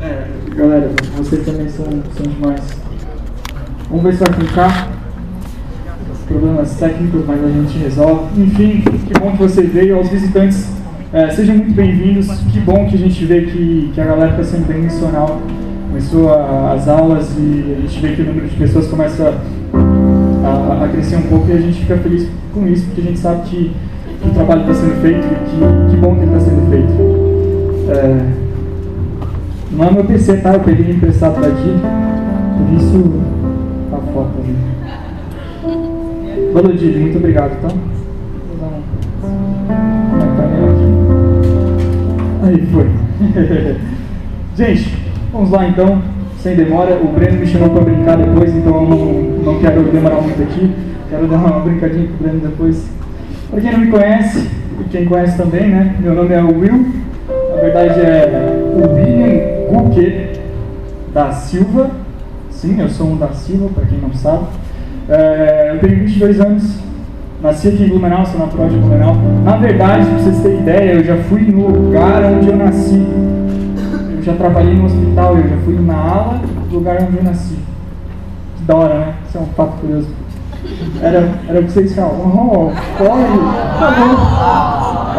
Galera, vocês também são demais. Vamos ver se vai clicar. Problemas técnicos, mas a gente resolve. Enfim, que bom que você veio. Aos visitantes, sejam muito bem-vindos. Que bom que a gente vê que a galera está sendo bem missional. Começou as aulas e a gente vê que o número de pessoas começa a crescer um pouco e a gente fica feliz com isso, porque a gente sabe que o trabalho está sendo feito e que bom que ele está sendo feito. Não é meu PC, tá? Eu peguei emprestado daqui, por isso tá foto ali. Valodilho, muito obrigado, tá? Vou dar uma canela aqui. Aí foi. Gente, vamos lá então, sem demora. O Breno me chamou para brincar depois, então eu não quero demorar muito aqui. Quero dar uma brincadinha com o Breno depois. Para quem não me conhece, e quem conhece também, né? Meu nome é Will. Na verdade é o William Guque da Silva. Sim, eu sou um da Silva, para quem não sabe. Eu tenho 22 anos. Nasci aqui em Blumenau, sou natural de Blumenau. Na verdade, para vocês terem ideia, eu já fui no lugar onde eu nasci. Eu já trabalhei no hospital, eu já fui na ala do lugar onde eu nasci. Que da hora, né? Isso é um fato curioso. Era o que vocês falavam. Corre! Tá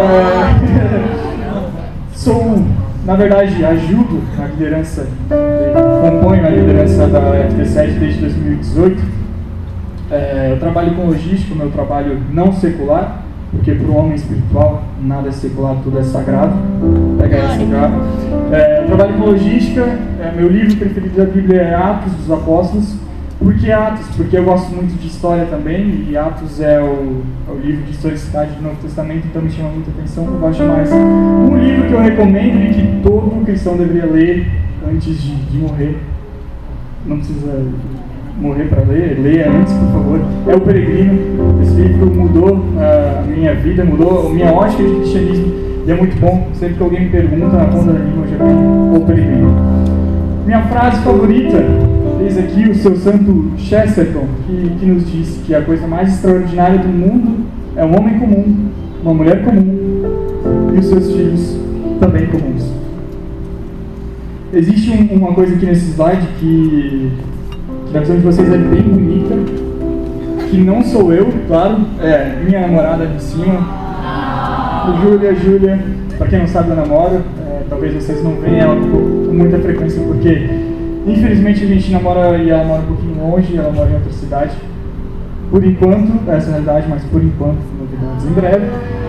bom. Na verdade, ajudo na liderança, componho a liderança da FT7 desde 2018. Eu trabalho com logística, meu trabalho não secular, porque para o homem espiritual nada é secular, tudo é sagrado. Pega essa, sagrado. Eu trabalho com logística, meu livro preferido da Bíblia é Atos dos Apóstolos. Por que Atos? Porque eu gosto muito de história também, e Atos é o livro de historicidade do Novo Testamento, então me chama muita atenção, eu gosto mais. Um livro que eu recomendo e que todo cristão deveria ler antes de morrer, não precisa morrer para ler, leia antes, por favor, é O Peregrino. Esse livro mudou a minha vida, mudou a minha ótica de cristianismo, e é muito bom. Sempre que alguém me pergunta na ponta da língua, eu já tenho O Peregrino. Minha frase favorita, eis aqui o seu santo Chesterton, que nos diz que a coisa mais extraordinária do mundo é um homem comum, uma mulher comum e os seus filhos também comuns. Existe uma coisa aqui nesse slide que na visão de vocês é bem bonita, que não sou eu, claro, é minha namorada de cima, Júlia, para quem não sabe eu namoro, talvez vocês não venham ela com muita frequência, porque infelizmente a gente namora e ela mora um pouquinho longe, ela mora em outra cidade. Por enquanto, essa é a realidade, mas por enquanto, novidades em breve.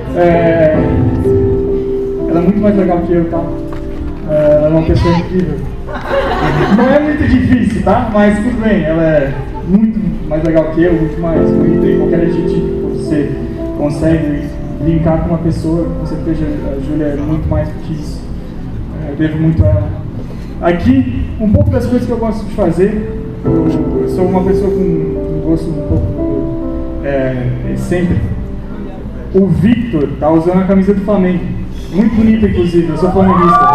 Ela é muito mais legal que eu, tá? Ela é uma pessoa incrível. Não é muito difícil, tá? Mas tudo bem, ela é muito mais legal que eu, muito mais bonita, e qualquer adjetivo que você consegue linkar com uma pessoa, com certeza a Júlia é muito mais do que isso. Eu devo muito a ela. Aqui, um pouco das coisas que eu gosto de fazer. Eu sou uma pessoa com um gosto um pouco excêntrico. O Victor tá usando a camisa do Flamengo. Muito bonita, inclusive. Eu sou flamenguista.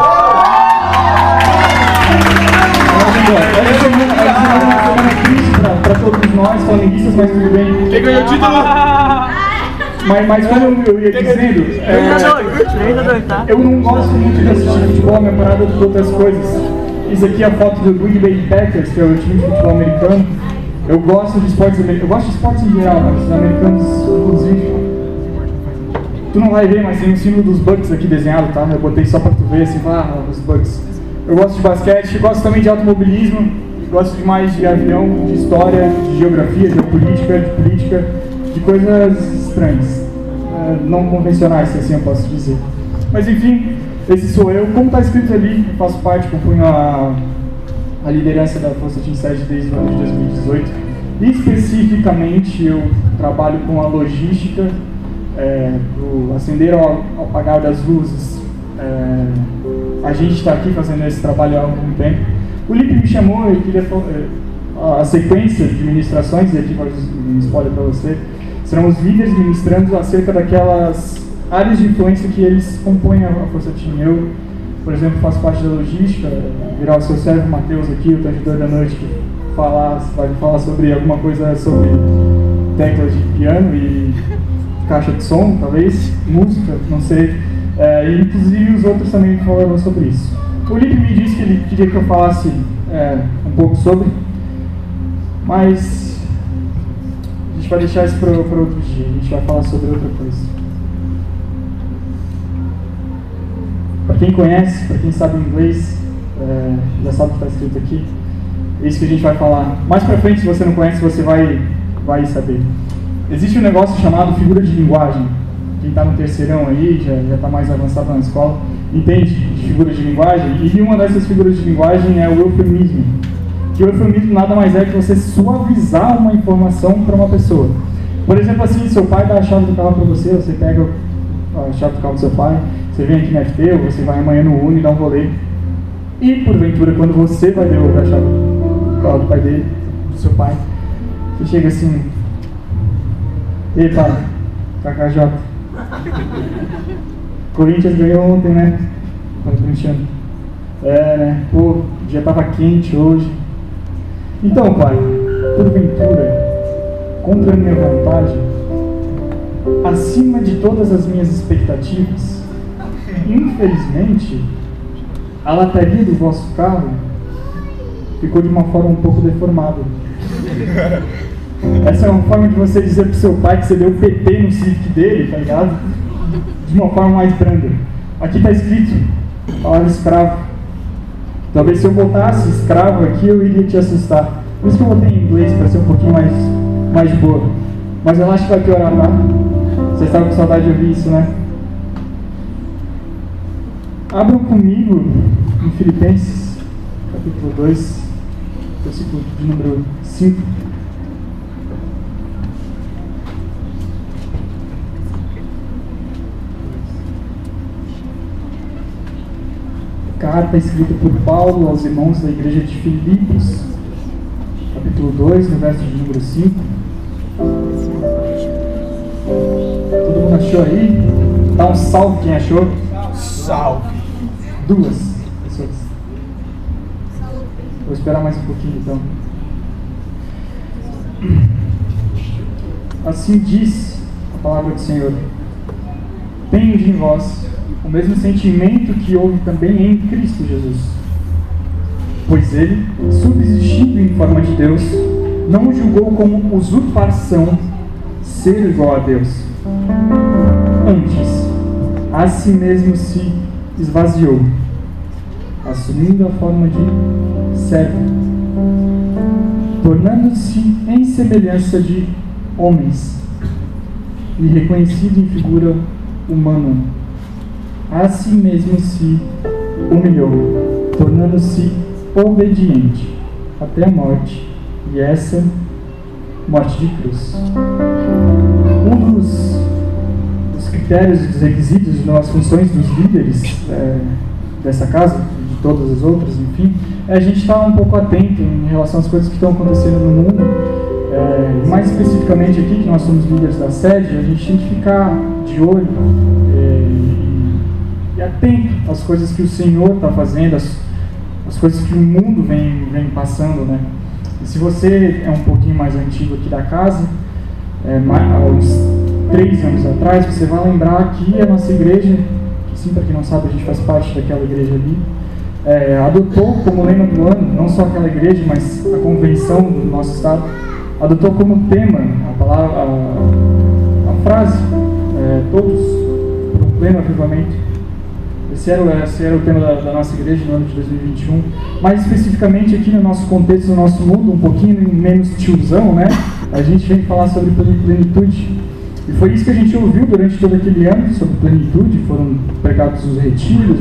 Essa semana triste para todos nós, flamenguistas, mas tudo bem. Quem ganhou o título? Mas como eu ia dizendo, eu não gosto muito de assistir futebol, minha parada de outras coisas. Isso aqui é a foto do Green Bay Packers, que é o time de futebol americano. Eu gosto de esportes americanos, eu gosto de esportes em geral, mas os americanos, inclusive. Tu não vai ver, mas tem o símbolo dos Bucks aqui desenhado, tá? Eu botei só pra tu ver, assim, os Bucks. Eu gosto de basquete, gosto também de automobilismo, gosto demais de avião, de história, de geografia, de política, de coisas estranhas, não convencionais, se assim eu posso dizer. Mas enfim, esse sou eu. Como está escrito ali, eu faço parte, componho a liderança da Força Team 7 desde o ano de 2018. Especificamente, eu trabalho com a logística, do acender ao apagar das luzes. A gente está aqui fazendo esse trabalho há algum tempo. O Lipe me chamou, eu queria a sequência de ministrações, e aqui vai um spoiler para você. Serão os líderes ministrando acerca daquelas áreas de influência que eles compõem a Força Team. Eu, por exemplo, faço parte da logística, virar o seu servo Matheus aqui, o tajudor da noite, que vai falar sobre alguma coisa sobre teclas de piano e caixa de som, talvez, música, não sei. E inclusive os outros também falaram sobre isso. O Lipe me disse que ele queria que eu falasse um pouco sobre, mas a gente vai deixar isso para outro dia, a gente vai falar sobre outra coisa. Para quem conhece, para quem sabe inglês, já sabe o que está escrito aqui, é isso que a gente vai falar. Mais para frente, se você não conhece, você vai saber. Existe um negócio chamado figura de linguagem. Quem está no terceirão aí, já está mais avançado na escola, entende de figura de linguagem, e uma dessas figuras de linguagem é o eufemismo. Que o eufemismo nada mais é que você suavizar uma informação para uma pessoa. Por exemplo, assim, seu pai dá a chave do carro para você, você pega a chave do carro do seu pai, você vem aqui na FT, ou você vai amanhã no Uni e dá um rolê, e porventura, quando você vai devolver a chave do carro do pai dele, do seu pai, você chega assim: ei pai, KKJ, Corinthians ganhou ontem, né? Né? Pô, o dia tava quente hoje. Então, pai, porventura, contra a minha vontade, acima de todas as minhas expectativas, infelizmente, a lataria do vosso carro ficou de uma forma um pouco deformada. Essa é uma forma de você dizer pro seu pai que você deu PT no Civic dele, tá ligado? De uma forma mais branda. Aqui está escrito, palavra escravo. Talvez se eu botasse escravo aqui, eu iria te assustar. Por isso que eu botei em inglês, para ser um pouquinho mais de boa. Mas eu acho que vai piorar, tá? Vocês estavam com saudade de ouvir isso, né? Abram comigo em Filipenses, capítulo 2, versículo de número 5. Carta escrita por Paulo aos irmãos da igreja de Filipos, capítulo 2, no verso de número 5. Todo mundo achou aí? Dá um salve quem achou. Salve. 2 pessoas. Vou esperar mais um pouquinho então. Assim diz a palavra do Senhor: tende em vós o mesmo sentimento que houve também em Cristo Jesus. Pois ele, subsistindo em forma de Deus, não julgou como usurpação ser igual a Deus. Antes, a si mesmo se esvaziou, assumindo a forma de servo, tornando-se em semelhança de homens e reconhecido em figura humana. A si mesmo se humilhou, tornando-se obediente até a morte, e essa morte de cruz. Um dos critérios e dos requisitos das funções dos líderes dessa casa, de todas as outras, enfim, é a gente estar um pouco atento em relação às coisas que estão acontecendo no mundo. Mais especificamente aqui, que nós somos líderes da sede, a gente tem que ficar de olho e atento às coisas que o Senhor está fazendo, as coisas que o mundo vem passando, né? E se você é um pouquinho mais antigo aqui da casa, há uns 3 anos atrás, você vai lembrar que a nossa igreja, que sim, para quem não sabe, a gente faz parte daquela igreja ali, adotou como lema do ano, não só aquela igreja, mas a convenção do nosso estado, adotou como tema a frase, todos por um pleno avivamento. Esse era o tema da nossa igreja no ano de 2021. Mais especificamente aqui no nosso contexto, no nosso mundo, um pouquinho menos tiozão, né? A gente vem falar sobre plenitude. E foi isso que a gente ouviu durante todo aquele ano, sobre plenitude. Foram pregados os retiros,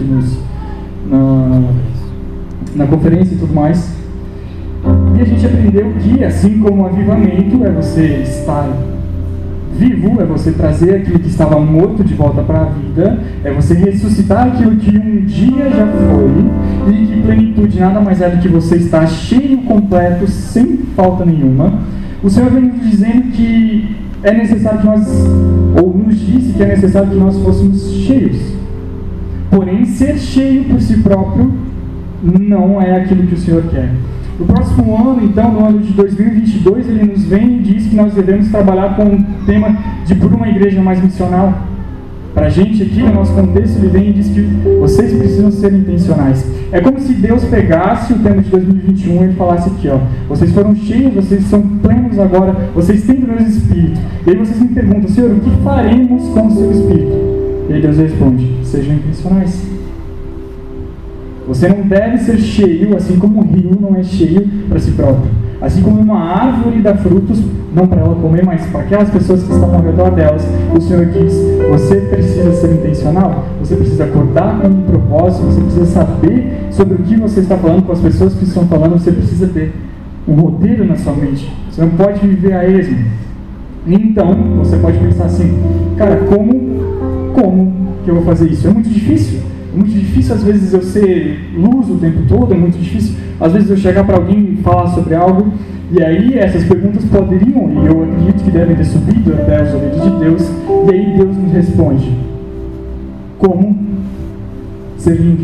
na conferência e tudo mais. E a gente aprendeu que, assim como o avivamento é você estar vivo, é você trazer aquilo que estava morto de volta para a vida, é você ressuscitar aquilo que um dia já foi, e que plenitude nada mais é do que você estar cheio, completo, sem falta nenhuma. O Senhor vem nos dizendo que é necessário que nós, ou nos disse que é necessário que nós fôssemos cheios. Porém, ser cheio por si próprio não é aquilo que o Senhor quer. No próximo ano, então, no ano de 2022, ele nos vem e diz que nós devemos trabalhar com o tema de por uma igreja mais missional, Para a gente aqui, no nosso contexto, ele vem e diz que vocês precisam ser intencionais. É como se Deus pegasse o tema de 2021 e falasse aqui, ó, vocês foram cheios, vocês são plenos agora, vocês têm do meu Espírito. E aí vocês me perguntam, Senhor, o que faremos com o seu Espírito? E aí Deus responde, sejam intencionais. Você não deve ser cheio, assim como um rio não é cheio para si próprio. Assim como uma árvore dá frutos, não para ela comer, mas para aquelas pessoas que estão ao redor delas. O Senhor diz, você precisa ser intencional, você precisa acordar com um propósito, você precisa saber sobre o que você está falando com as pessoas que estão falando, você precisa ter um roteiro na sua mente. Você não pode viver a esmo. Então, você pode pensar assim, cara, como que eu vou fazer isso? É muito difícil. É muito difícil, às vezes, eu ser luz o tempo todo, é muito difícil, às vezes, eu chegar para alguém e falar sobre algo, e aí essas perguntas poderiam, e eu acredito que devem ter subido até os ouvidos de Deus, e aí Deus nos responde, como servindo.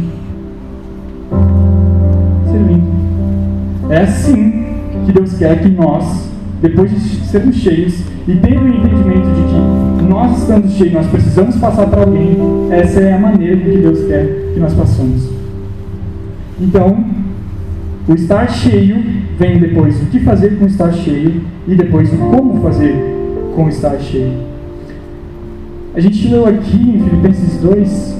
Servindo. É assim que Deus quer que nós, depois de sermos cheios, e tendo o entendimento de que nós estando cheios, nós precisamos passar para alguém, essa é a maneira que Deus quer que nós passamos. Então, o estar cheio vem depois o que fazer com o estar cheio e depois o como fazer com o estar cheio. A gente leu aqui em Filipenses 2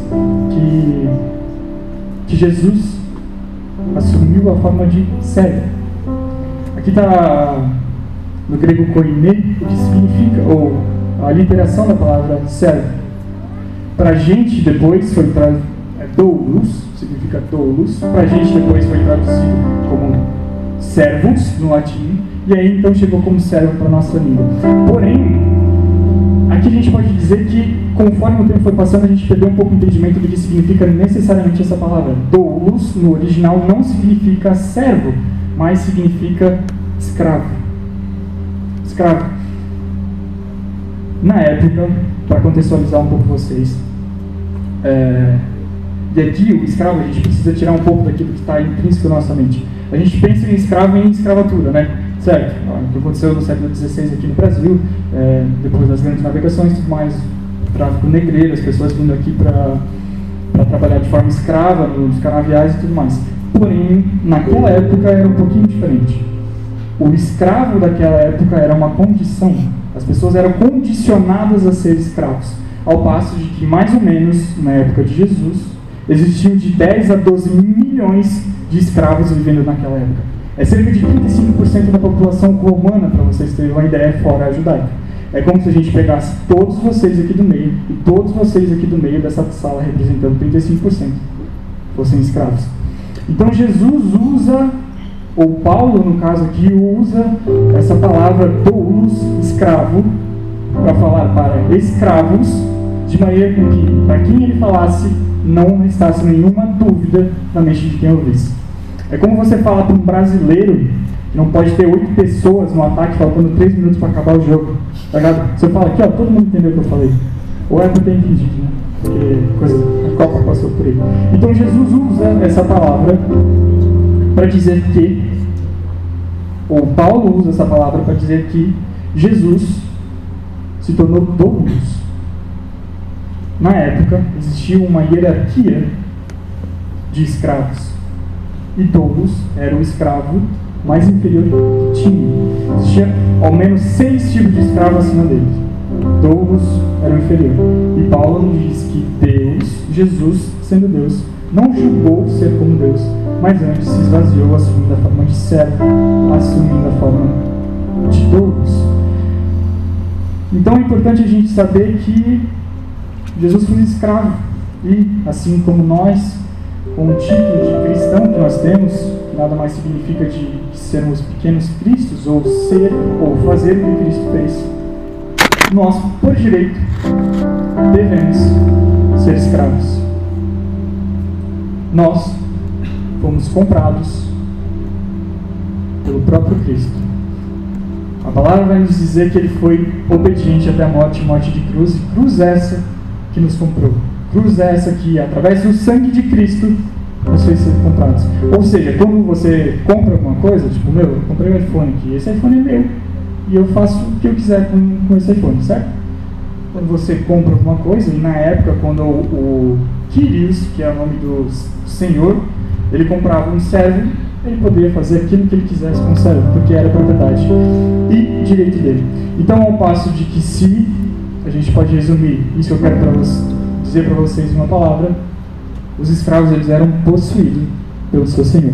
que Jesus assumiu a forma de servo. Aqui está no grego koiné, o que significa, ou a literação da palavra servo. Para a gente depois foi doulos, significa doulos, para a gente depois foi traduzido como servos no latim, e aí então chegou como servo para a nossa língua. Porém, aqui a gente pode dizer que conforme o tempo foi passando, a gente perdeu um pouco o entendimento do que significa necessariamente essa palavra. Doulos, no original, não significa servo, mas significa escravo. Escravo. Na época, para contextualizar um pouco vocês, e aqui o escravo, a gente precisa tirar um pouco daquilo que está intrínseco na nossa mente. A gente pensa em escravo e em escravatura, né? Certo? O que aconteceu no século XVI aqui no Brasil, depois das grandes navegações e tudo mais, tráfico negreiro, as pessoas vindo aqui para trabalhar de forma escrava nos canaviais e tudo mais. Porém, naquela época era um pouquinho diferente. O escravo daquela época era uma condição. As pessoas eram condicionadas a ser escravos. Ao passo de que, mais ou menos, na época de Jesus, existiam de 10 a 12 milhões de escravos vivendo naquela época. É cerca de 35% da população romana, para vocês terem uma ideia, fora a judaica. É como se a gente pegasse todos vocês aqui do meio e todos vocês aqui do meio dessa sala, representando 35%, fossem escravos. Então Jesus usa, ou Paulo, no caso aqui, usa essa palavra doulos, escravo, para falar para escravos, de maneira com que, para quem ele falasse, não restasse nenhuma dúvida na mente de quem ouvisse. É como você falar para um brasileiro que não pode ter 8 pessoas no ataque faltando 3 minutos para acabar o jogo. Tá ligado? Você fala aqui, ó, todo mundo entendeu o que eu falei. Ou é porque eu entendi, né? Porque a Copa passou por aí. Então Jesus usa essa palavra para dizer que, ou Paulo usa essa palavra para dizer que Jesus se tornou doulos. Na época, existia uma hierarquia de escravos. E doulos era o escravo mais inferior que tinha. Existia ao menos 6 tipos de escravo acima dele. Doulos era o inferior. E Paulo nos diz que Deus, Jesus, sendo Deus, não julgou ser como Deus, mas antes se esvaziou, assumindo a forma de servo, assumindo a forma de doulos. Então é importante a gente saber que Jesus foi escravo. E assim como nós, com o título de cristão que nós temos, que nada mais significa de sermos pequenos cristos, ou ser, ou fazer o que Cristo fez, nós, por direito, devemos ser escravos. Nós fomos comprados pelo próprio Cristo. A palavra vai nos dizer que ele foi obediente até a morte de cruz, e cruz essa que nos comprou. Cruz essa que, através do sangue de Cristo, nos fez ser comprados. Ou seja, quando você compra alguma coisa, tipo, eu comprei um iPhone aqui, esse iPhone é meu, e eu faço o que eu quiser com esse iPhone, certo? quando você compra alguma coisa, e na época, quando o Kyrios, que é o nome do Senhor, ele comprava um servo, ele poderia fazer aquilo que ele quisesse com o servo, porque era propriedade e direito dele. Então, ao passo de que se, a gente pode resumir, isso eu quero dizer para vocês em uma palavra, os escravos eles eram possuídos pelo seu Senhor.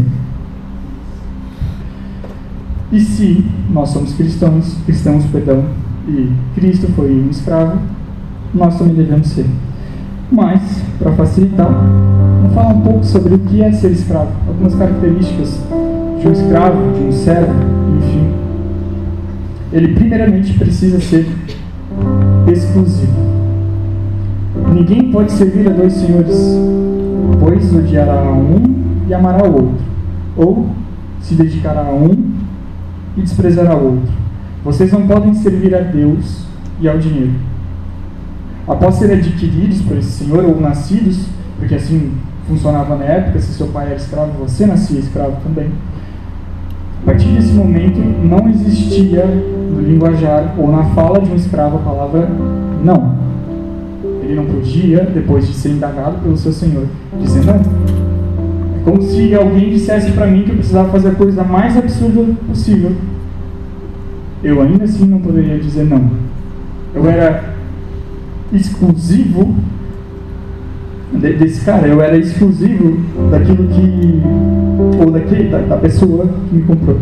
E se nós somos cristãos, e Cristo foi um escravo, nós também devemos ser. Mas, para facilitar, vamos falar um pouco sobre o que é ser escravo, algumas características de um escravo, de um servo, enfim. Ele primeiramente precisa ser exclusivo. Ninguém pode servir a dois senhores, pois odiará a um e amará o outro, ou se dedicará a um e desprezará o outro. Vocês não podem servir a Deus e ao dinheiro. Após serem adquiridos por esse senhor ou nascidos, porque assim funcionava na época, se seu pai era escravo, você nascia escravo também. A partir desse momento, não existia no linguajar ou na fala de um escravo a palavra não. Ele não podia, depois de ser indagado pelo seu senhor, dizer não. É como se alguém dissesse para mim que eu precisava fazer a coisa mais absurda possível. Eu ainda assim não poderia dizer não. Eu era exclusivo desse cara, eu era exclusivo daquilo que, ou da pessoa que me comprou.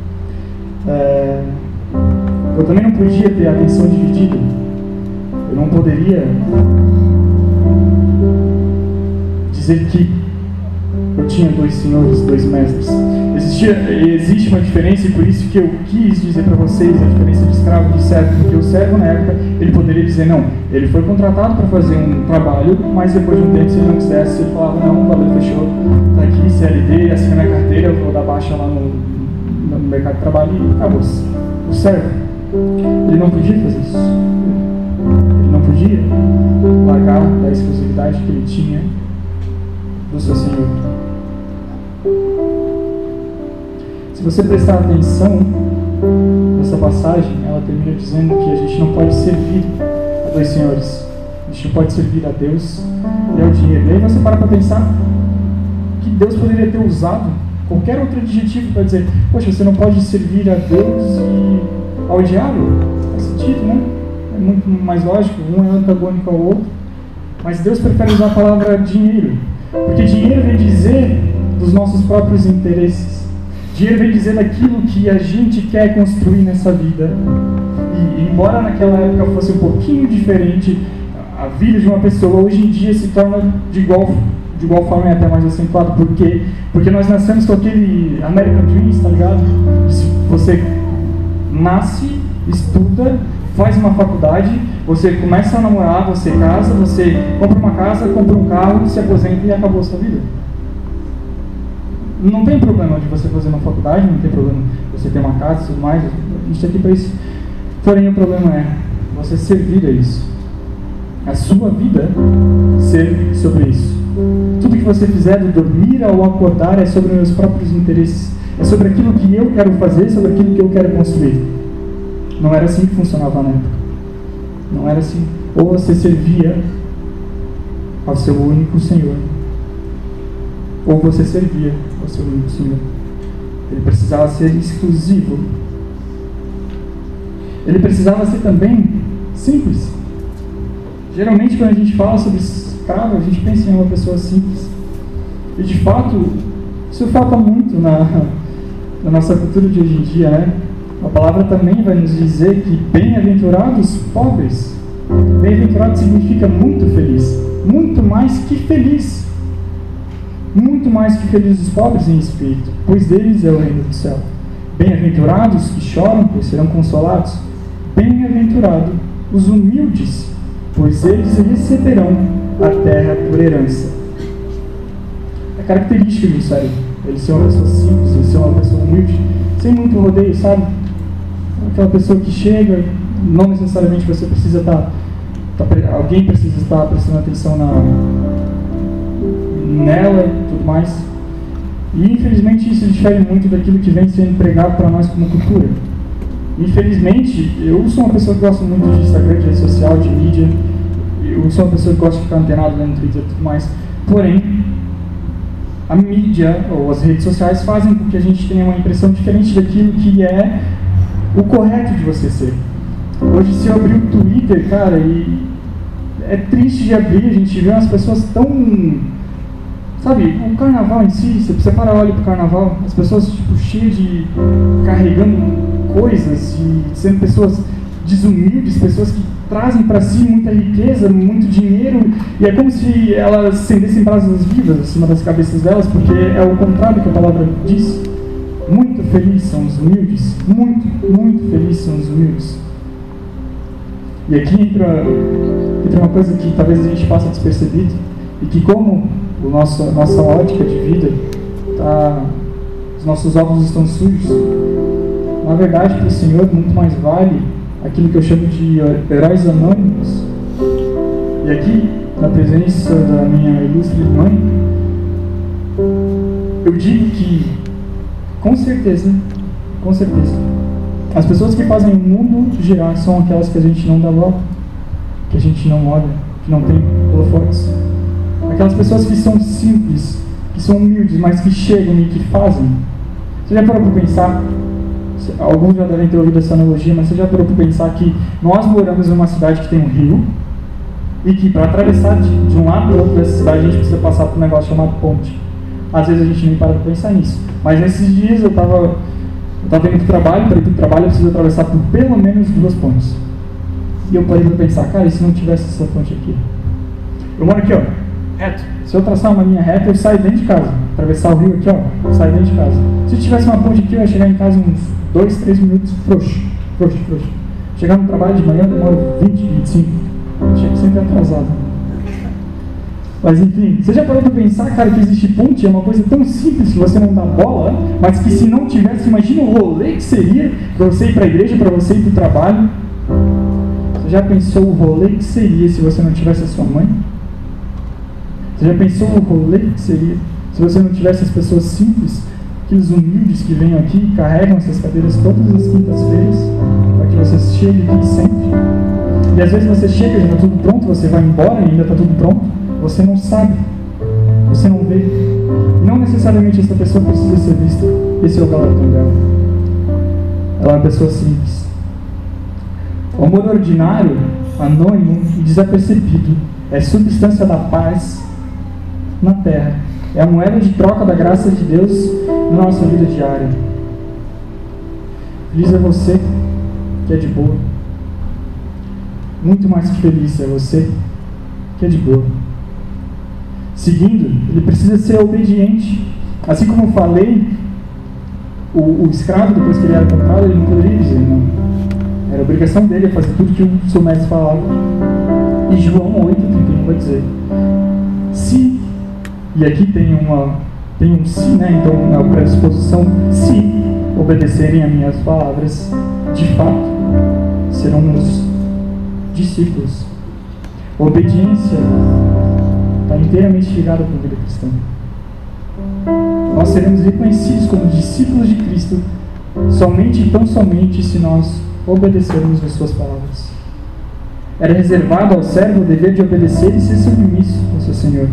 Eu também não podia ter a atenção dividida. Eu não poderia dizer que eu tinha dois senhores, dois mestres. Existe uma diferença, e por isso que eu quis dizer para vocês a diferença de escravo e de servo, porque o servo na época, ele poderia dizer não, ele foi contratado para fazer um trabalho, mas depois de um tempo, se ele não quisesse, ele falava não, valeu, fechou, tá aqui, CLT, assina minha carteira, eu vou dar baixa lá no mercado de trabalho e acabou-se. O servo, ele não podia fazer isso. Ele não podia largar da exclusividade que ele tinha do seu Senhor. Se você prestar atenção nessa passagem, ela termina dizendo que a gente não pode servir a dois senhores. A gente não pode servir a Deus e ao dinheiro. E aí você para pensar que Deus poderia ter usado qualquer outro adjetivo para dizer, poxa, você não pode servir a Deus e ao diabo. Faz sentido, né? É muito mais lógico, um é antagônico ao outro. Mas Deus prefere usar a palavra dinheiro, porque dinheiro vem dizer dos nossos próprios interesses. Dinheiro vem dizer daquilo que a gente quer construir nessa vida. E embora naquela época fosse um pouquinho diferente, a vida de uma pessoa hoje em dia se torna de igual forma e até mais acentuado. Por quê? Porque nós nascemos com aquele American Dream, tá ligado? Se você nasce, estuda, faz uma faculdade, você começa a namorar, você casa, você compra uma casa, compra um carro, se aposenta e acabou a sua vida. Não tem problema de você fazer uma faculdade, não tem problema de você ter uma casa e tudo mais, a gente está aqui para isso. Porém, o problema é você servir a isso. A sua vida ser sobre isso. Tudo que você fizer do dormir ao acordar é sobre meus próprios interesses. É sobre aquilo que eu quero fazer, sobre aquilo que eu quero construir. Não era assim que funcionava na época. Não era assim. Ou você servia ao seu único Senhor, ou você servia ao seu único Senhor. Ele precisava ser exclusivo. Ele precisava ser também simples. Geralmente, quando a gente fala sobre escravo, a gente pensa em uma pessoa simples. E, de fato, isso falta muito na nossa cultura de hoje em dia, né? A palavra também vai nos dizer que bem-aventurados pobres. Bem-aventurado significa muito feliz. Muito mais que feliz. Muito mais que felizes os pobres em espírito, pois deles é o reino do céu. Bem-aventurados que choram, pois serão consolados. Bem-aventurados os humildes, pois eles receberão a terra por herança. É característica disso aí. Ele ser uma pessoa simples, ele ser uma pessoa humilde, sem muito rodeio, sabe? Aquela pessoa que chega, não necessariamente você precisa alguém precisa estar prestando atenção nela e tudo mais. E infelizmente isso difere muito daquilo que vem sendo pregado para nós como cultura. Infelizmente, eu sou uma pessoa que gosta muito de Instagram, de rede social, de mídia. Eu sou uma pessoa que gosta de ficar antenado no Twitter e tudo mais. Porém, a mídia ou as redes sociais fazem com que a gente tenha uma impressão diferente daquilo que é o correto de você ser. Hoje, se eu abrir o Twitter, cara, e é triste de abrir, a gente vê umas pessoas tão... Sabe, o carnaval em si, você para olhar pro carnaval, as pessoas tipo, cheias de... carregando coisas e sendo pessoas desumildes, pessoas que trazem para si muita riqueza, muito dinheiro, e é como se elas acendessem brasas vivas acima das cabeças delas, porque é o contrário que a palavra diz. Muito felizes são os humildes, muito felizes são os humildes. E aqui entra uma coisa que talvez a gente passe despercebido, e que como nossa ótica de vida, os nossos óculos estão sujos, na verdade para o Senhor muito mais vale aquilo que eu chamo de heróis anônimos. E aqui, na presença da minha ilustre mãe, eu digo que, com certeza, as pessoas que fazem o mundo girar são aquelas que a gente não dá volta, que a gente não olha, que não tem holofotes. Aquelas pessoas que são simples, que são humildes, mas que chegam e que fazem. Você já parou para pensar? Alguns já devem ter ouvido essa analogia, mas você já parou para pensar que nós moramos em uma cidade que tem um rio e que para atravessar de um lado para o outro dessa cidade a gente precisa passar por um negócio chamado ponte. Às vezes a gente nem para para pensar nisso. Mas nesses dias eu estava indo para o trabalho, para ir para o trabalho eu preciso atravessar por pelo menos 2 pontes. E eu parei para pensar, cara, e se não tivesse essa ponte aqui? Eu moro aqui, ó, reto. Se eu traçar uma linha reta, eu saio dentro de casa. Atravessar o rio aqui, ó, eu saio dentro de casa. Se tivesse uma ponte aqui, eu ia chegar em casa uns 2, 3 minutos frouxo. Chegar no trabalho de manhã, demora 20, 25. Eu chego sempre atrasado. Mas enfim, você já parou para pensar, cara, que existe ponte? É uma coisa tão simples que você não dá bola, mas que se não tivesse, imagina o rolê que seria para você ir para a igreja, para você ir para o trabalho. Você já pensou o rolê que seria se você não tivesse a sua mãe? Você já pensou o rolê que seria se você não tivesse as pessoas simples, aqueles humildes que vêm aqui e carregam essas cadeiras todas as quintas-feiras para que você chegue aqui sempre? E às vezes você chega e já está tudo pronto, você vai embora e ainda está tudo pronto, você não sabe, você não vê. Não necessariamente essa pessoa precisa ser vista, esse é o galardão dela. Ela é uma pessoa simples. O amor ordinário, anônimo e desapercebido é substância da paz na terra. É a moeda de troca da graça de Deus na nossa vida diária. Feliz é você que é de boa. Muito mais que feliz é você que é de boa. Seguindo, ele precisa ser obediente. Assim como eu falei, o escravo, depois que ele era comprado, ele não poderia dizer não. Era obrigação dele fazer tudo que o seu mestre falava. E João 8,31 vai dizer: se, e aqui tem um se, né? Então a predisposição, se obedecerem a minhas palavras, de fato serão meus discípulos. A obediência está inteiramente ligada com a vida cristã. Nós seremos reconhecidos como discípulos de Cristo somente e tão somente se nós obedecermos as suas palavras. Era reservado ao servo o dever de obedecer e ser submisso ao seu Senhor.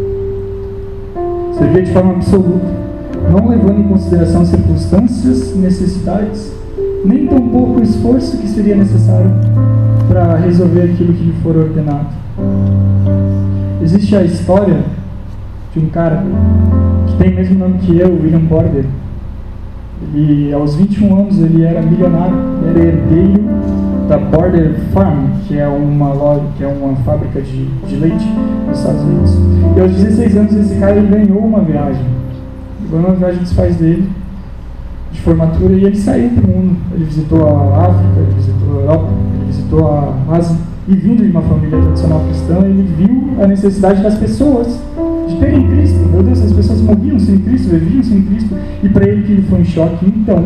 Servir de forma absoluta, não levando em consideração circunstâncias, necessidades, nem tampouco o esforço que seria necessário para resolver aquilo que lhe for ordenado. Existe a história de um cara que tem o mesmo nome que eu, William Border. E aos 21 anos ele era milionário, era herdeiro da Border Farm, que é uma loja, que é uma fábrica de leite nos Estados Unidos. E aos 16 anos esse cara ele ganhou uma viagem. Ganhou uma viagem dos pais dele, de formatura, e ele saiu para o mundo. Ele visitou a África, ele visitou a Europa, ele visitou a Ásia. E vindo de uma família tradicional cristã, ele viu a necessidade das pessoas de terem Cristo. Meu Deus, as pessoas morriam sem Cristo, viviam sem Cristo. E para ele que ele foi em choque, então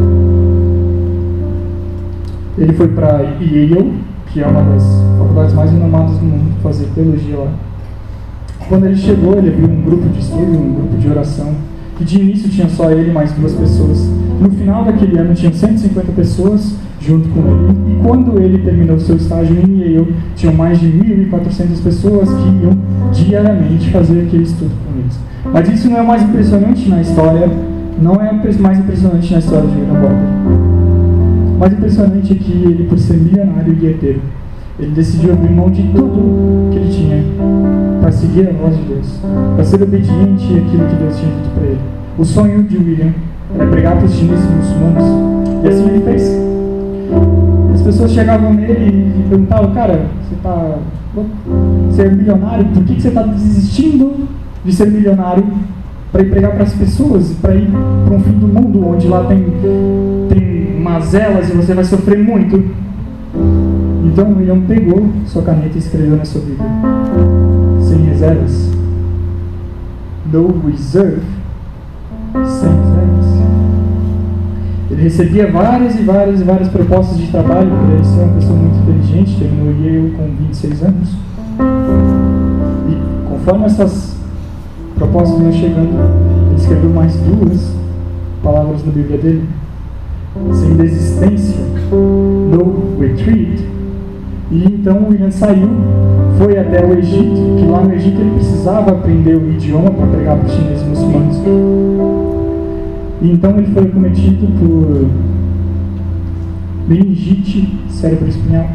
ele foi para Yale, que é uma das faculdades mais renomadas do mundo, fazer teologia lá. Quando ele chegou, ele abriu um grupo de estudo, um grupo de oração. que de início tinha só ele mais 2 pessoas. No final daquele ano tinham 150 pessoas junto com ele. E quando ele terminou seu estágio em Yale, tinham mais de 1.400 pessoas que iam diariamente fazer aquele estudo com eles. Mas isso não é o mais impressionante na história, não é o mais impressionante na história de William Barclay. O mais impressionante é que ele, por ser milionário e herdeiro, ele decidiu abrir mão de tudo que ele tinha para seguir a voz de Deus, para ser obediente àquilo que Deus tinha dito para ele. O sonho de William era pregar para os chineses muçulmanos, e assim ele fez. As pessoas chegavam nele e perguntavam: cara, você é milionário, por que você está desistindo de ser milionário para ir pregar para as pessoas, para ir para um fim do mundo onde lá tem mazelas e você vai sofrer muito? Então William pegou sua caneta e escreveu na sua Bíblia: sem reservas. No reserve. Sem reservas. Ele recebia várias propostas de trabalho por ele ser uma pessoa muito inteligente. Terminou Yale com 26 anos. E conforme essas propostas iam chegando, ele escreveu mais 2 palavras na Bíblia dele: sem desistência. No retreat. E então William saiu, foi até o Egito, que lá no Egito ele precisava aprender o idioma para pregar para os chineses muçulmanos. E então ele foi acometido por meningite cerebroespinhal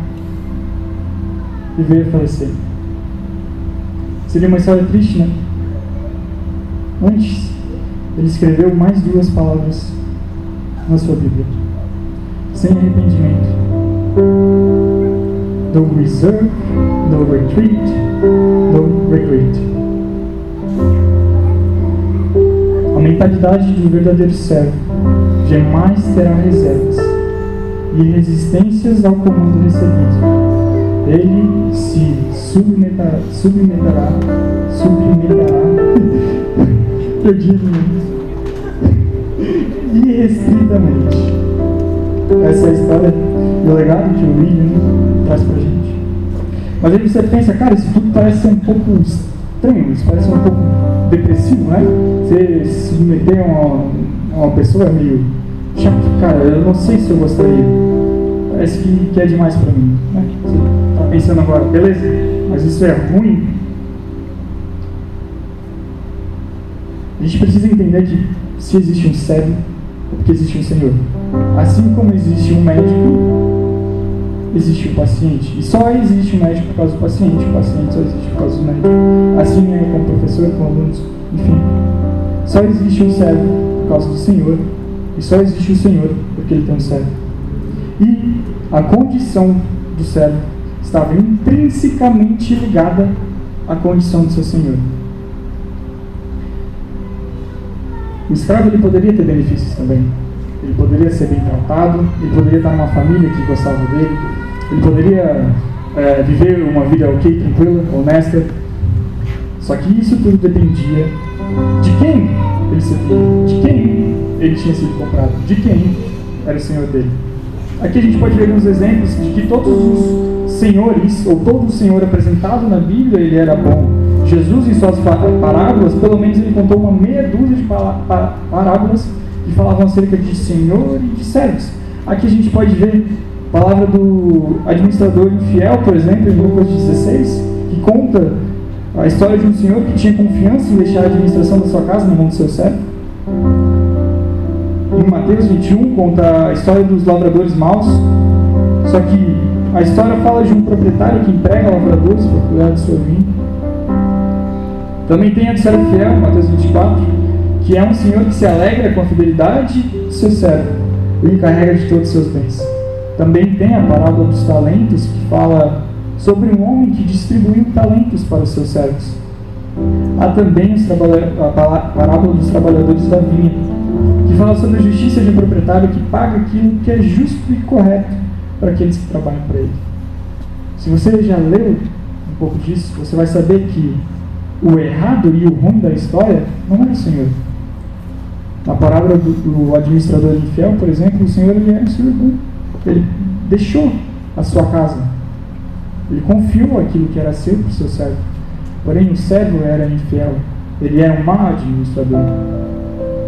e veio a falecer. Seria uma história triste, né? Antes, ele escreveu mais 2 palavras na sua Bíblia: sem arrependimento. No reserve, no retreat, no regret. A mentalidade de um verdadeiro servo jamais terá reservas e resistências ao comando recebido. Ele se submeterá irrestritamente. Essa é a história e o legado que o William traz pra gente. Mas aí você pensa: cara, isso tudo parece ser um pouco estranho, isso parece um pouco depressivo, né? Você se submeter a uma pessoa é meio chato. Cara, eu não sei se eu gostaria, parece que é demais pra mim, né? Você tá pensando agora: beleza, mas isso é ruim? A gente precisa entender que se existe um servo, é porque existe um Senhor. Assim como existe um médico, existe um paciente. E só existe um médico por causa do paciente, o paciente só existe por causa do médico. Assim é com o professor, com alunos, enfim. Só existe um servo por causa do Senhor, e só existe o Senhor porque ele tem um servo. E a condição do servo estava intrinsecamente ligada à condição do seu Senhor. O escravo ele poderia ter benefícios também. Ele poderia ser bem tratado, ele poderia estar numa família que gostava dele, ele poderia viver uma vida ok, tranquila, honesta. Só que isso tudo dependia de quem ele servia, de quem ele tinha sido comprado, de quem era o Senhor dele. Aqui a gente pode ver alguns exemplos de que todos os senhores, ou todo o Senhor apresentado na Bíblia, ele era bom. Jesus, em suas parábolas, pelo menos ele contou uma meia dúzia de parábolas que falavam acerca de Senhor e de servos. Aqui a gente pode ver a palavra do administrador infiel, por exemplo, em Lucas 16, que conta a história de um senhor que tinha confiança em deixar a administração da sua casa na mão do seu servo. Em Mateus 21 conta a história dos lavradores maus, só que a história fala de um proprietário que emprega lavradores para cuidar de sua vinha. Também tem a do servo fiel, Mateus 24, que é um senhor que se alegra com a fidelidade do seu servo e o encarrega de todos os seus bens. Também tem a parábola dos talentos, que fala sobre um homem que distribuiu talentos para os seus servos. Há também a parábola dos trabalhadores da vinha, que fala sobre a justiça de um proprietário que paga aquilo que é justo e correto para aqueles que trabalham para ele. Se você já leu um pouco disso, você vai saber que o errado e o ruim da história não era o Senhor. Na parábola do administrador infiel, por exemplo, o Senhor ele era um Senhor bom. Ele deixou a sua casa. Ele confiou aquilo que era seu para o seu servo. Porém, o servo era infiel. Ele era um mau administrador.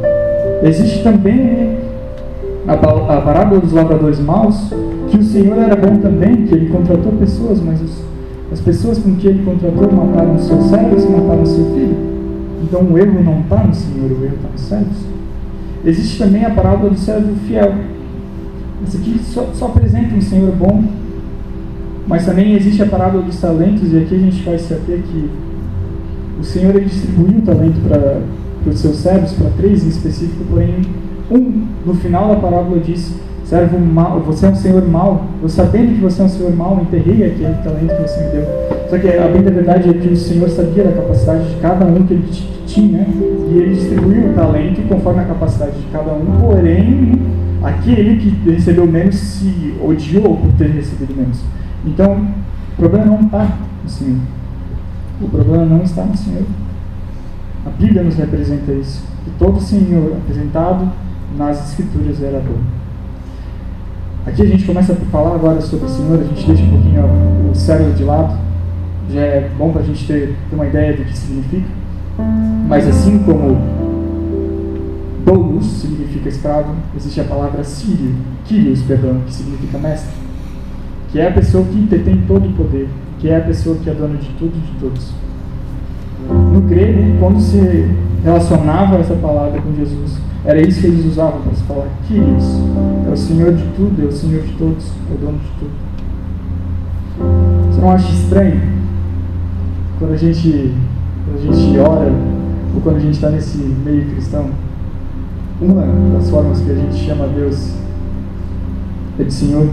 Existe também a parábola dos lavradores maus, que o Senhor era bom também, que ele contratou pessoas, mas as pessoas com que ele contratou mataram os seus servos e mataram o seu filho. Então o erro não está no Senhor, o erro está nos servos. Existe também a parábola do servo fiel. Esse aqui só apresenta um Senhor bom, mas também existe a parábola dos talentos, e aqui a gente vai saber que o Senhor ele distribuiu o talento para os seus servos, para 3 em específico, porém no final da parábola diz: servo mau, você é um senhor mau, eu sabendo que você é um senhor mau, enterrei aquele talento que você me deu. Só que a bem da verdade é que o Senhor sabia da capacidade de cada um que ele tinha, e ele distribuiu o talento conforme a capacidade de cada um, porém aquele que recebeu menos se odiou por ter recebido menos. Então o problema não está no Senhor, o problema não está no Senhor. A Bíblia nos representa isso, que todo Senhor apresentado nas Escrituras era bom. Aqui a gente começa a falar agora sobre o Senhor, a gente deixa um pouquinho o servo de lado, já é bom para a gente ter uma ideia do que significa, mas assim como doulos significa escravo, existe a palavra sírio, Kyrios, que significa mestre, que é a pessoa que detém todo o poder, que é a pessoa que é dona de tudo e de todos. No grego, quando se relacionava essa palavra com Jesus, era isso que eles usavam para se falar: Kyrios, é o Senhor de tudo, é o Senhor de todos, é o dono de tudo. Você não acha estranho quando a gente ora, ou quando a gente está nesse meio cristão, uma das formas que a gente chama Deus é de Senhor?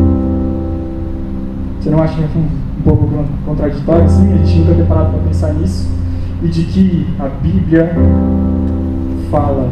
Você não acha um pouco contraditório assim? A gente nunca tem parado para pensar nisso, e de que a Bíblia fala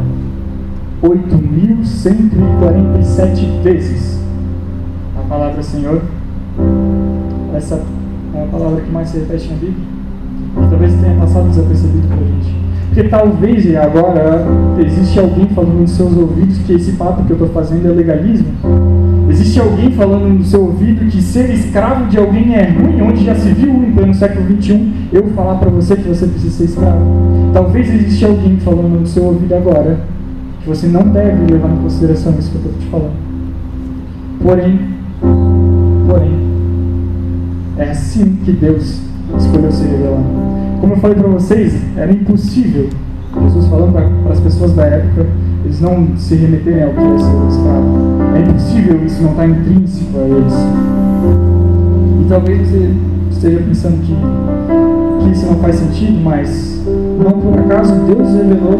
8.147 vezes a palavra Senhor. Essa é a palavra que mais se repete na Bíblia, e talvez tenha passado desapercebido para a gente, porque talvez agora existe alguém falando nos seus ouvidos que esse papo que eu estou fazendo é legalismo. Existe alguém falando no seu ouvido que ser escravo de alguém é ruim, onde já se viu em pleno século XXI eu falar para você que você precisa ser escravo. Talvez existe alguém falando no seu ouvido agora que você não deve levar em consideração isso que eu estou te falando. Porém, é assim que Deus escolheu se revelar. Como eu falei para vocês, era impossível, Jesus falando para as pessoas da época, eles não se remeterem ao que é ser escravo. É impossível, isso não está intrínseco a eles. E talvez você esteja pensando que isso não faz sentido, mas não por acaso Deus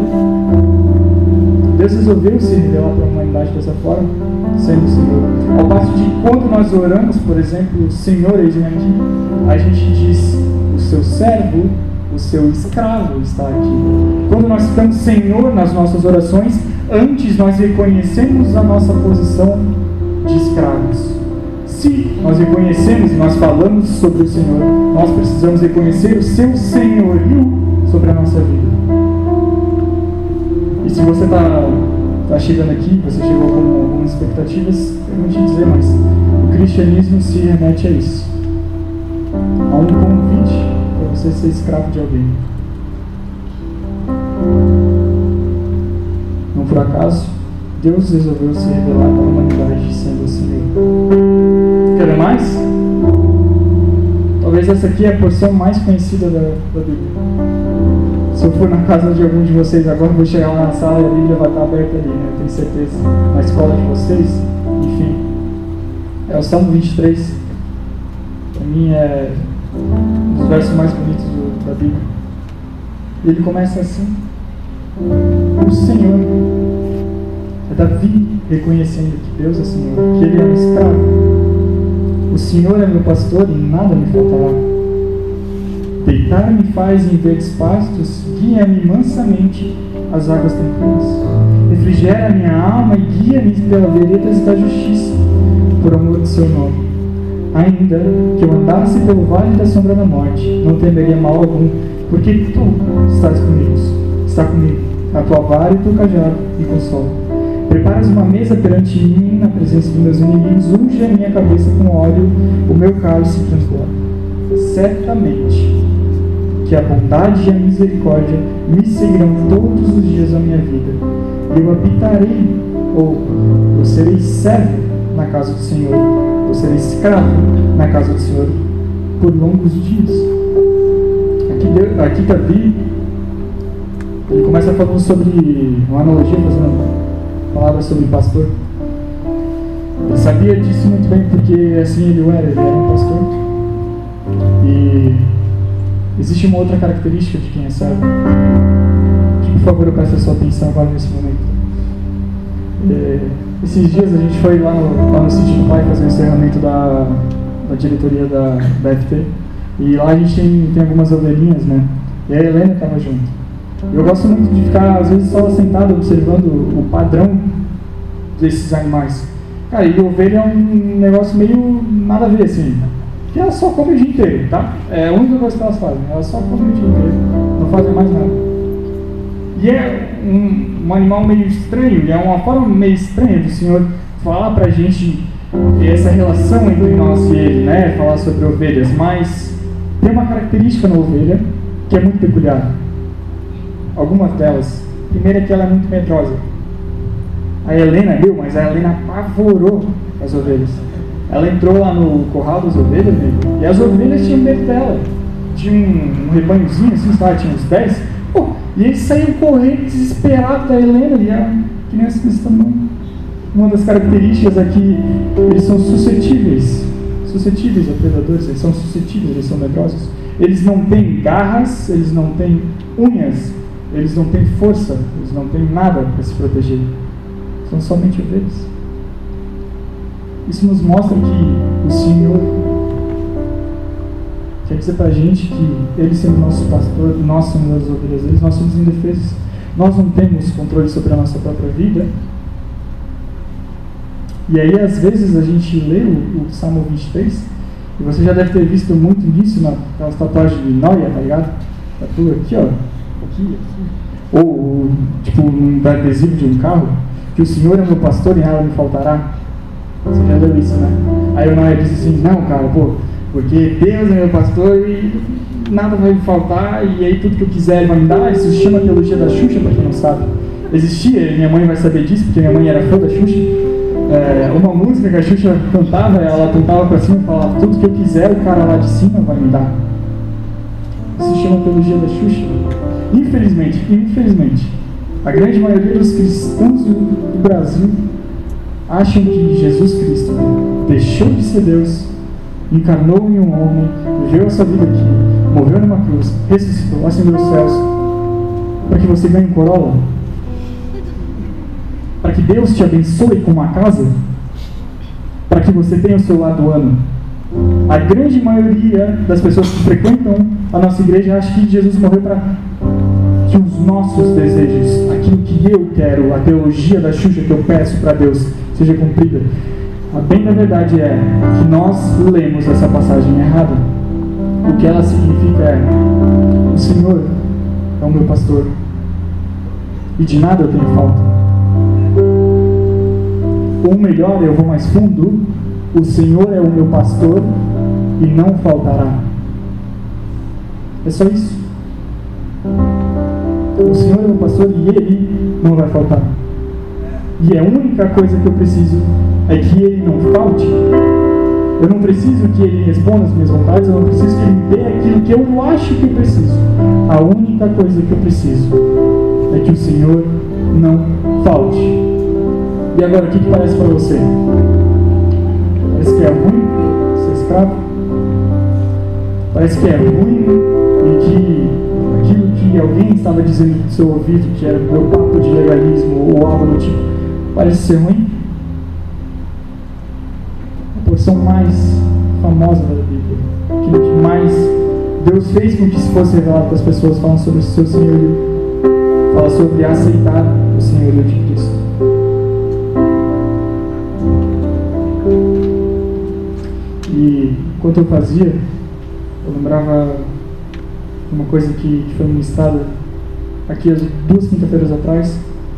resolveu se revelar para a humanidade dessa forma, sendo o Senhor. Ao passo de quando nós oramos, por exemplo, Senhor, eis-me aqui, a gente diz: o seu servo, o seu escravo está aqui. Quando nós ficamos Senhor nas nossas orações, antes nós reconhecemos a nossa posição de escravos. Se nós reconhecemos e nós falamos sobre o Senhor, nós precisamos reconhecer o seu senhorio sobre a nossa vida. E se você está chegando aqui, você chegou com algumas expectativas, eu não te dizer, mas o cristianismo se remete a isso, a um convite para você ser escravo de alguém. Não por acaso, Deus resolveu se revelar para a humanidade sendo o Senhor. Quer ver mais? Talvez essa aqui é a porção mais conhecida da Bíblia. Se eu for na casa de algum de vocês agora, eu vou chegar lá na sala e a Bíblia vai estar aberta ali, né? Eu tenho certeza. Na escola de vocês, enfim. É o Salmo 23. Para mim é um dos versos mais bonitos da Bíblia. E ele começa assim: o Senhor. É Davi reconhecendo que Deus é Senhor, que Ele é um escravo. O Senhor é meu pastor e nada me faltará. Deitar-me faz em verdes pastos, guia-me mansamente às águas tranquilas. Refrigera minha alma e guia-me pelas veredas da justiça, por amor do seu nome. Ainda que eu andasse pelo vale da sombra da morte, não temeria mal algum, porque tu estás comigo. Está comigo. A tua vara e o teu cajado me consolam. Preparas uma mesa perante mim na presença dos meus inimigos, unge a minha cabeça com óleo, o meu cálice transborda. Certamente porque a bondade e a misericórdia me seguirão todos os dias da minha vida. Eu habitarei, ou eu serei servo na casa do Senhor, eu serei escravo na casa do Senhor por longos dias. Aqui Davi, ele começa falando sobre uma analogia, fazendo palavras sobre pastor. Ele sabia disso muito bem, porque assim ele era um pastor. E existe uma outra característica de quem é servo, que por favor eu peço a sua atenção agora nesse momento. Esses dias a gente foi lá no sítio do pai fazer o encerramento da diretoria da FT, e lá a gente tem algumas ovelhinhas, né? E a Helena estava junto. Eu gosto muito de ficar, às vezes, só sentado observando o padrão desses animais. Cara, e ovelha é um negócio meio nada a ver, assim, que elas só comem o dia inteiro, tá? É a única coisa que elas fazem, elas só comem o dia inteiro, não fazem mais nada. E é um animal meio estranho, e é uma forma meio estranha do Senhor falar pra gente essa relação entre nós e Ele, né? Falar sobre ovelhas, mas tem uma característica na ovelha que é muito peculiar. Algumas delas. Primeiro é que ela é muito medrosa. A Helena, mas a Helena apavorou as ovelhas. Ela entrou lá no curral das ovelhas, e as ovelhas tinham medo dela. Tinha um rebanhozinho assim, sabe? Tinha uns 10. E eles saíam correndo desesperados da Helena, e a criança desse tamanho. Uma das características aqui, eles são suscetíveis a predadores, eles são suscetíveis, eles são medrosos. Eles não têm garras, eles não têm unhas, eles não têm força, eles não têm nada para se proteger. São somente ovelhas. Isso nos mostra que o Senhor quer dizer para a gente que Ele sendo nosso pastor, nós somos as ovelhas deles, nós somos indefesos. Nós não temos controle sobre a nossa própria vida. E aí, às vezes, a gente lê o Salmo 23, e você já deve ter visto muito nisso naquelas tatuagens de Noia, tá ligado? Tatua aqui, ó. Aqui. Ou, tipo, um adesivo de um carro, que o Senhor é meu pastor e nada me faltará. Você já leu isso, né? Aí o Noia disse assim, não, cara, porque Deus é meu pastor e nada vai me faltar, e aí tudo que eu quiser Ele vai me dar. Isso se chama teologia da Xuxa, pra quem não sabe. Existia, minha mãe vai saber disso, porque minha mãe era fã da Xuxa. Uma música que a Xuxa cantava, ela apontava pra cima e falava, tudo que eu quiser, o cara lá de cima vai me dar. Isso se chama teologia da Xuxa. Infelizmente, a grande maioria dos cristãos do Brasil acham que Jesus Cristo deixou de ser Deus, encarnou em um homem, viveu a sua vida aqui, morreu numa cruz, ressuscitou, ascendeu aos céus, para que você ganhe um Corolla, para que Deus te abençoe com uma casa, para que você tenha o seu lar do ano. A grande maioria das pessoas que frequentam a nossa igreja acha que Jesus morreu para que os nossos desejos, aquilo que eu quero, a teologia da Xuxa que eu peço para Deus, seja cumprida. A bem da verdade é que nós lemos essa passagem errada. O que ela significa é: o Senhor é o meu pastor e de nada eu tenho falta. Ou melhor, eu vou mais fundo: o Senhor é o meu pastor e não faltará. É só isso. O Senhor é o meu pastor e Ele não vai faltar. E a única coisa que eu preciso é que Ele não falte. Eu não preciso que Ele responda as minhas vontades, eu não preciso que Ele me dê aquilo que eu acho que eu preciso. A única coisa que eu preciso é que o Senhor não falte. E agora, o que parece para você? Parece que é ruim ser escravo? Parece que é ruim e que aquilo que alguém estava dizendo no seu ouvido, que era meu papo de legalismo ou algo do tipo, parece ser ruim? A porção mais famosa da Bíblia, aquilo que mais Deus fez com que isso fosse revelado para as pessoas, falam sobre o seu senhorio, fala sobre aceitar o senhorio de Cristo. E enquanto eu fazia, eu lembrava de uma coisa que foi ministrada aqui as 2 quinta-feiras atrás,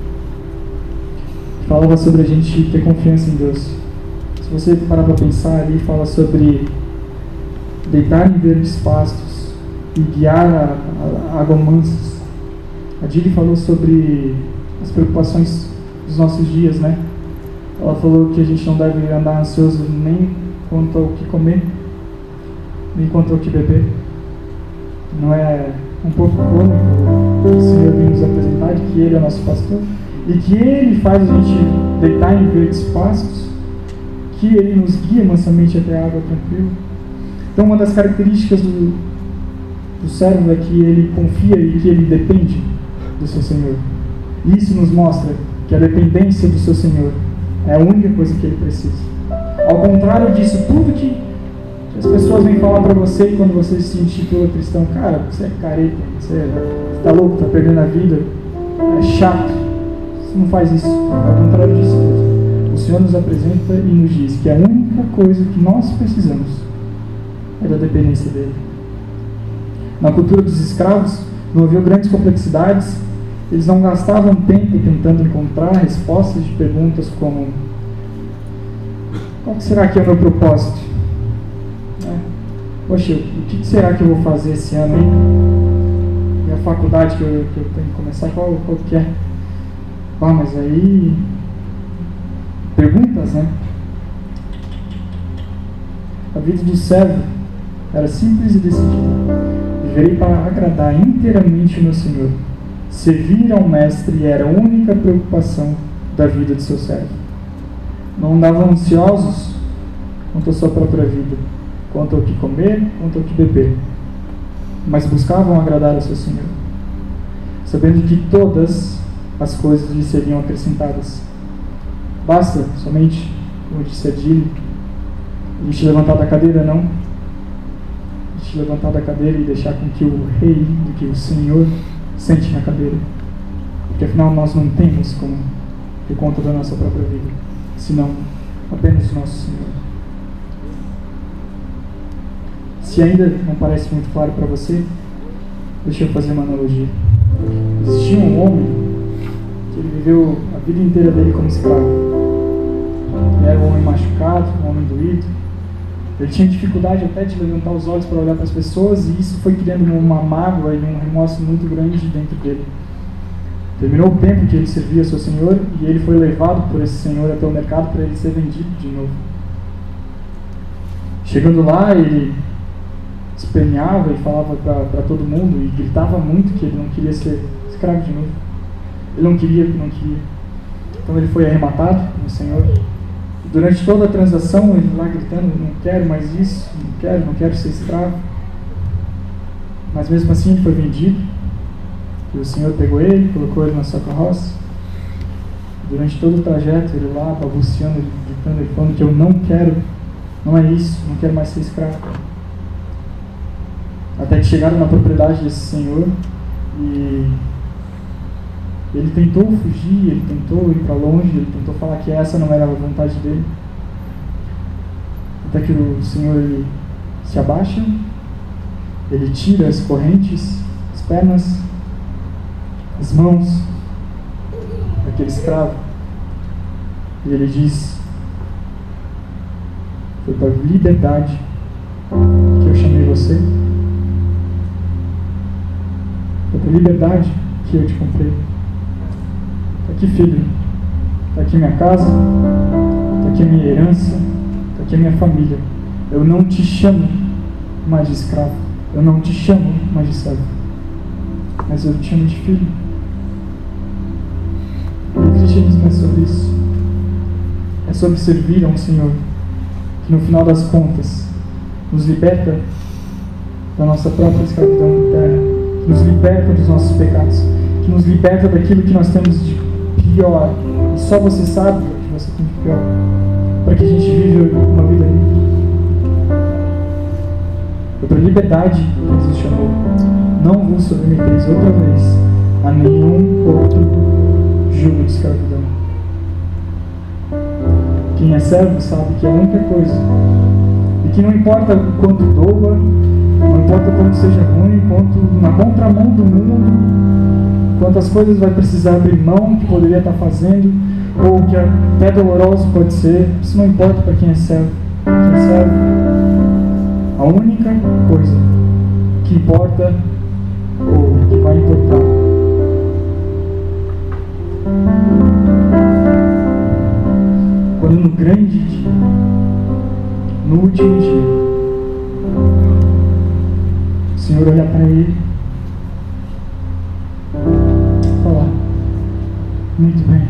que falava sobre a gente ter confiança em Deus. Se você parar para pensar ali, fala sobre deitar em verdes pastos, e guiar a água mansas. A Dili falou sobre as preocupações dos nossos dias, né? Ela falou que a gente não deve andar ansioso nem quanto ao que comer, nem quanto ao que beber. Não é um pouco cômico o Senhor vir nos apresentar de que Ele é o nosso pastor e que Ele faz a gente deitar em verdes pastos, que Ele nos guia mansamente até a água tranquila. Então, uma das características do servo é que ele confia e que ele depende do seu Senhor. E isso nos mostra que a dependência do seu Senhor é a única coisa que ele precisa. Ao contrário disso, tudo que as pessoas vêm falar para você quando você se intitula cristão, cara, você é careta, você está louco, está perdendo a vida, é chato, você não faz isso. Ao contrário disso, o Senhor nos apresenta e nos diz que a única coisa que nós precisamos é da dependência dele. Na cultura dos escravos, não havia grandes complexidades, eles não gastavam tempo tentando encontrar respostas de perguntas como: qual será que é o meu propósito? Poxa, o que será que eu vou fazer esse ano, hein? E a faculdade que eu tenho que começar, qual que é? Ah, mas aí... perguntas, né? A vida do servo era simples e decidida. Viverei para agradar inteiramente o meu Senhor. Servir ao Mestre era a única preocupação da vida de seu servo. Não andavam ansiosos quanto à sua própria vida, quanto ao que comer, quanto ao que beber, mas buscavam agradar ao seu Senhor, sabendo que todas as coisas lhe seriam acrescentadas. Basta somente, como disse a Dili, a gente levantar da cadeira, não? A gente levantar da cadeira e deixar com que o Rei, do que o Senhor, sente na cadeira. Porque afinal nós não temos como ter conta da nossa própria vida, senão apenas o nosso Senhor. Se ainda não parece muito claro para você, deixa eu fazer uma analogia. Existia um homem que ele viveu a vida inteira dele como escravo. Ele era um homem machucado, um homem doído. Ele tinha dificuldade até de levantar os olhos para olhar para as pessoas, e isso foi criando uma mágoa e um remorso muito grande dentro dele. Terminou o tempo que ele servia ao seu Senhor e ele foi levado por esse Senhor até o mercado para ele ser vendido de novo. Chegando lá, ele esperneava e falava para todo mundo e gritava muito que ele não queria ser escravo de novo. Ele não queria. Então ele foi arrematado no Senhor. E durante toda a transação, ele lá gritando: não quero mais isso, não quero ser escravo. Mas mesmo assim ele foi vendido. E o Senhor pegou ele, colocou ele na sua carroça. Durante todo o trajeto, ele lá balbuciando, gritando, ele falando que eu não quero, não é isso, não quero mais ser escravo. Até que chegaram na propriedade desse Senhor e ele tentou fugir, ele tentou ir para longe, ele tentou falar que essa não era a vontade dele. Até que o Senhor ele se abaixa, ele tira as correntes, as pernas, as mãos daquele escravo e ele diz: foi para a liberdade que eu chamei você, foi para a liberdade que eu te comprei. Está aqui, filho, está aqui minha casa, está aqui a minha herança, está aqui a minha família. Eu não te chamo mais de escravo, eu não te chamo mais de servo, mas eu te chamo de filho. O cristianismo é sobre isso. É sobre servir a um Senhor que no final das contas nos liberta da nossa própria escravidão interna, que nos liberta dos nossos pecados, que nos liberta daquilo que nós temos de pior, e só você sabe o que você tem de pior, para que a gente viva uma vida livre. Foi para a liberdade que Jesus chamou. Não vos submeteis outra vez a nenhum outro jugo de escravidão. Quem é servo sabe que é a única coisa, e que não importa o quanto doa, não importa o quanto seja ruim, quanto na contramão do mundo, quantas coisas vai precisar abrir mão que poderia estar fazendo, ou que até doloroso pode ser, isso não importa para quem é servo. Quem é servo, a única coisa que importa ou o que vai importar. Quando no grande dia, no último dia, o Senhor olhar para ele e falar: muito bem,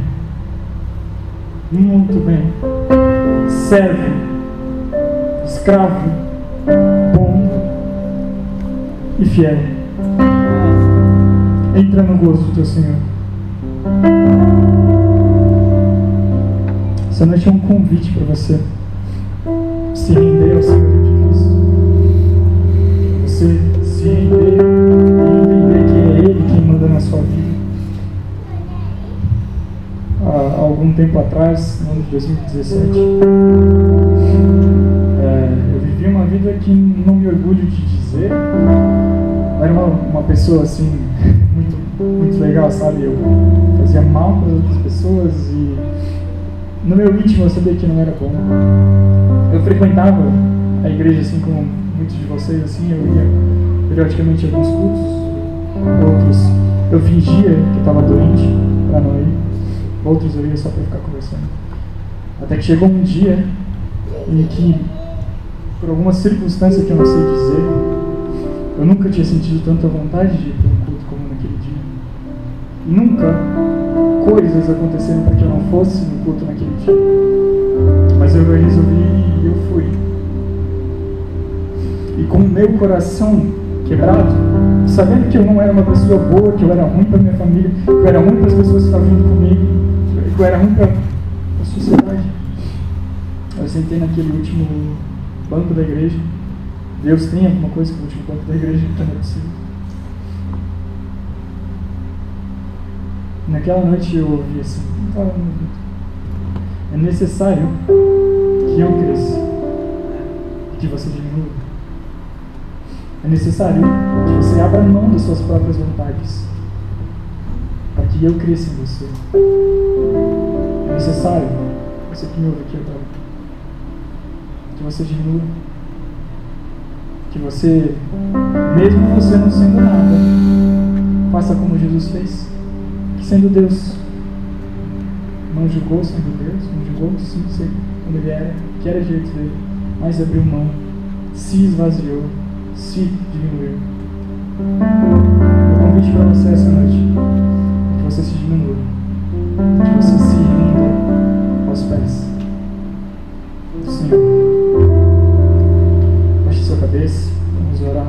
servo, escravo, bom e fiel, entra no gozo do teu Senhor. Essa noite é um convite para você se render ao Senhor de Cristo, você se render e entender que é Ele quem manda na sua vida. Há algum tempo atrás, no ano de 2017, eu vivi uma vida que não me orgulho de dizer. Eu era uma pessoa assim muito legal, sabe? Eu fazia mal para outras pessoas e no meu íntimo eu sabia que não era bom. Eu frequentava a igreja assim como muitos de vocês, assim, eu ia periodicamente a alguns cultos, outros eu fingia que estava doente para não ir, outros eu ia só para ficar conversando. Até que chegou um dia em que, por alguma circunstância que eu não sei dizer, eu nunca tinha sentido tanta vontade de ir para um culto como naquele dia. Nunca coisas aconteceram para que eu não fosse no culto naquele dia, mas eu resolvi e eu fui. E com o meu coração quebrado, sabendo que eu não era uma pessoa boa, que eu era ruim para minha família, que eu era ruim para as pessoas que estavam junto comigo, que eu era ruim para a sociedade, eu sentei naquele último banco da igreja. Deus tem alguma coisa com o último banco da igreja que não é possível. Naquela noite eu ouvi assim: é necessário que eu cresça e que você diminua. É necessário que você abra mão das suas próprias vontades para que eu cresça em você. É necessário, você que me ouve aqui agora, que você diminua, que você, mesmo você não sendo nada, faça como Jesus fez, que sendo Deus, não julgou sendo Deus, não julgou sim ser como ele era, que era jeito dele, mas abriu mão, se esvaziou, se diminuiu. O convite para você essa noite é que você se diminua, que você se renda aos pés do Senhor. Baixe sua cabeça, vamos orar.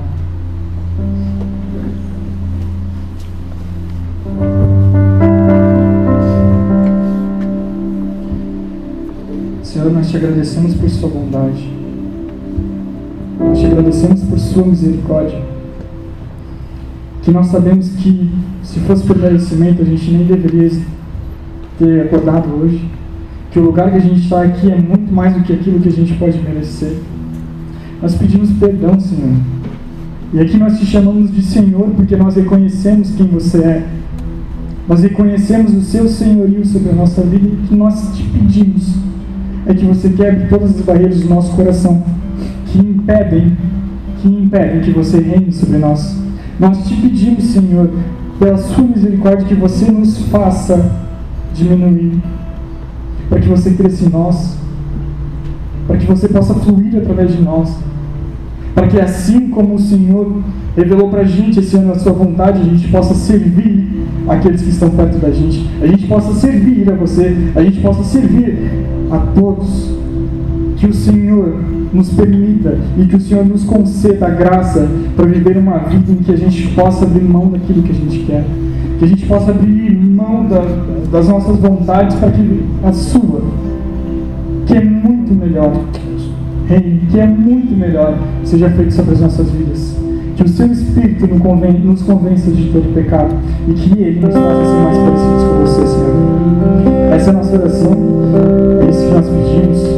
Senhor, nós te agradecemos por sua bondade, nós te agradecemos por sua misericórdia, que nós sabemos que se fosse por merecimento a gente nem deveria ter acordado hoje, que o lugar que a gente está aqui é muito mais do que aquilo que a gente pode merecer. Nós pedimos perdão, Senhor, e aqui nós te chamamos de Senhor porque nós reconhecemos quem você é, nós reconhecemos o seu senhorio sobre a nossa vida, e o que nós te pedimos é que você quebre todas as barreiras do nosso coração que impedem que você reine sobre nós. Nós te pedimos, Senhor, pela sua misericórdia, que você nos faça diminuir, para que você cresça em nós, para que você possa fluir através de nós, para que assim como o Senhor revelou para a gente esse ano a sua vontade, a gente possa servir aqueles que estão perto da gente, a gente possa servir a você, a gente possa servir a todos. Que o Senhor nos permita e que o Senhor nos conceda a graça para viver uma vida em que a gente possa abrir mão daquilo que a gente quer, que a gente possa abrir mão das nossas vontades para que a sua, que é muito melhor, que é muito melhor, seja feita sobre as nossas vidas. Que o seu Espírito nos convença de todo pecado e que Ele nos faça ser mais parecidos com você, Senhor. Essa é a nossa oração, é isso que nós pedimos.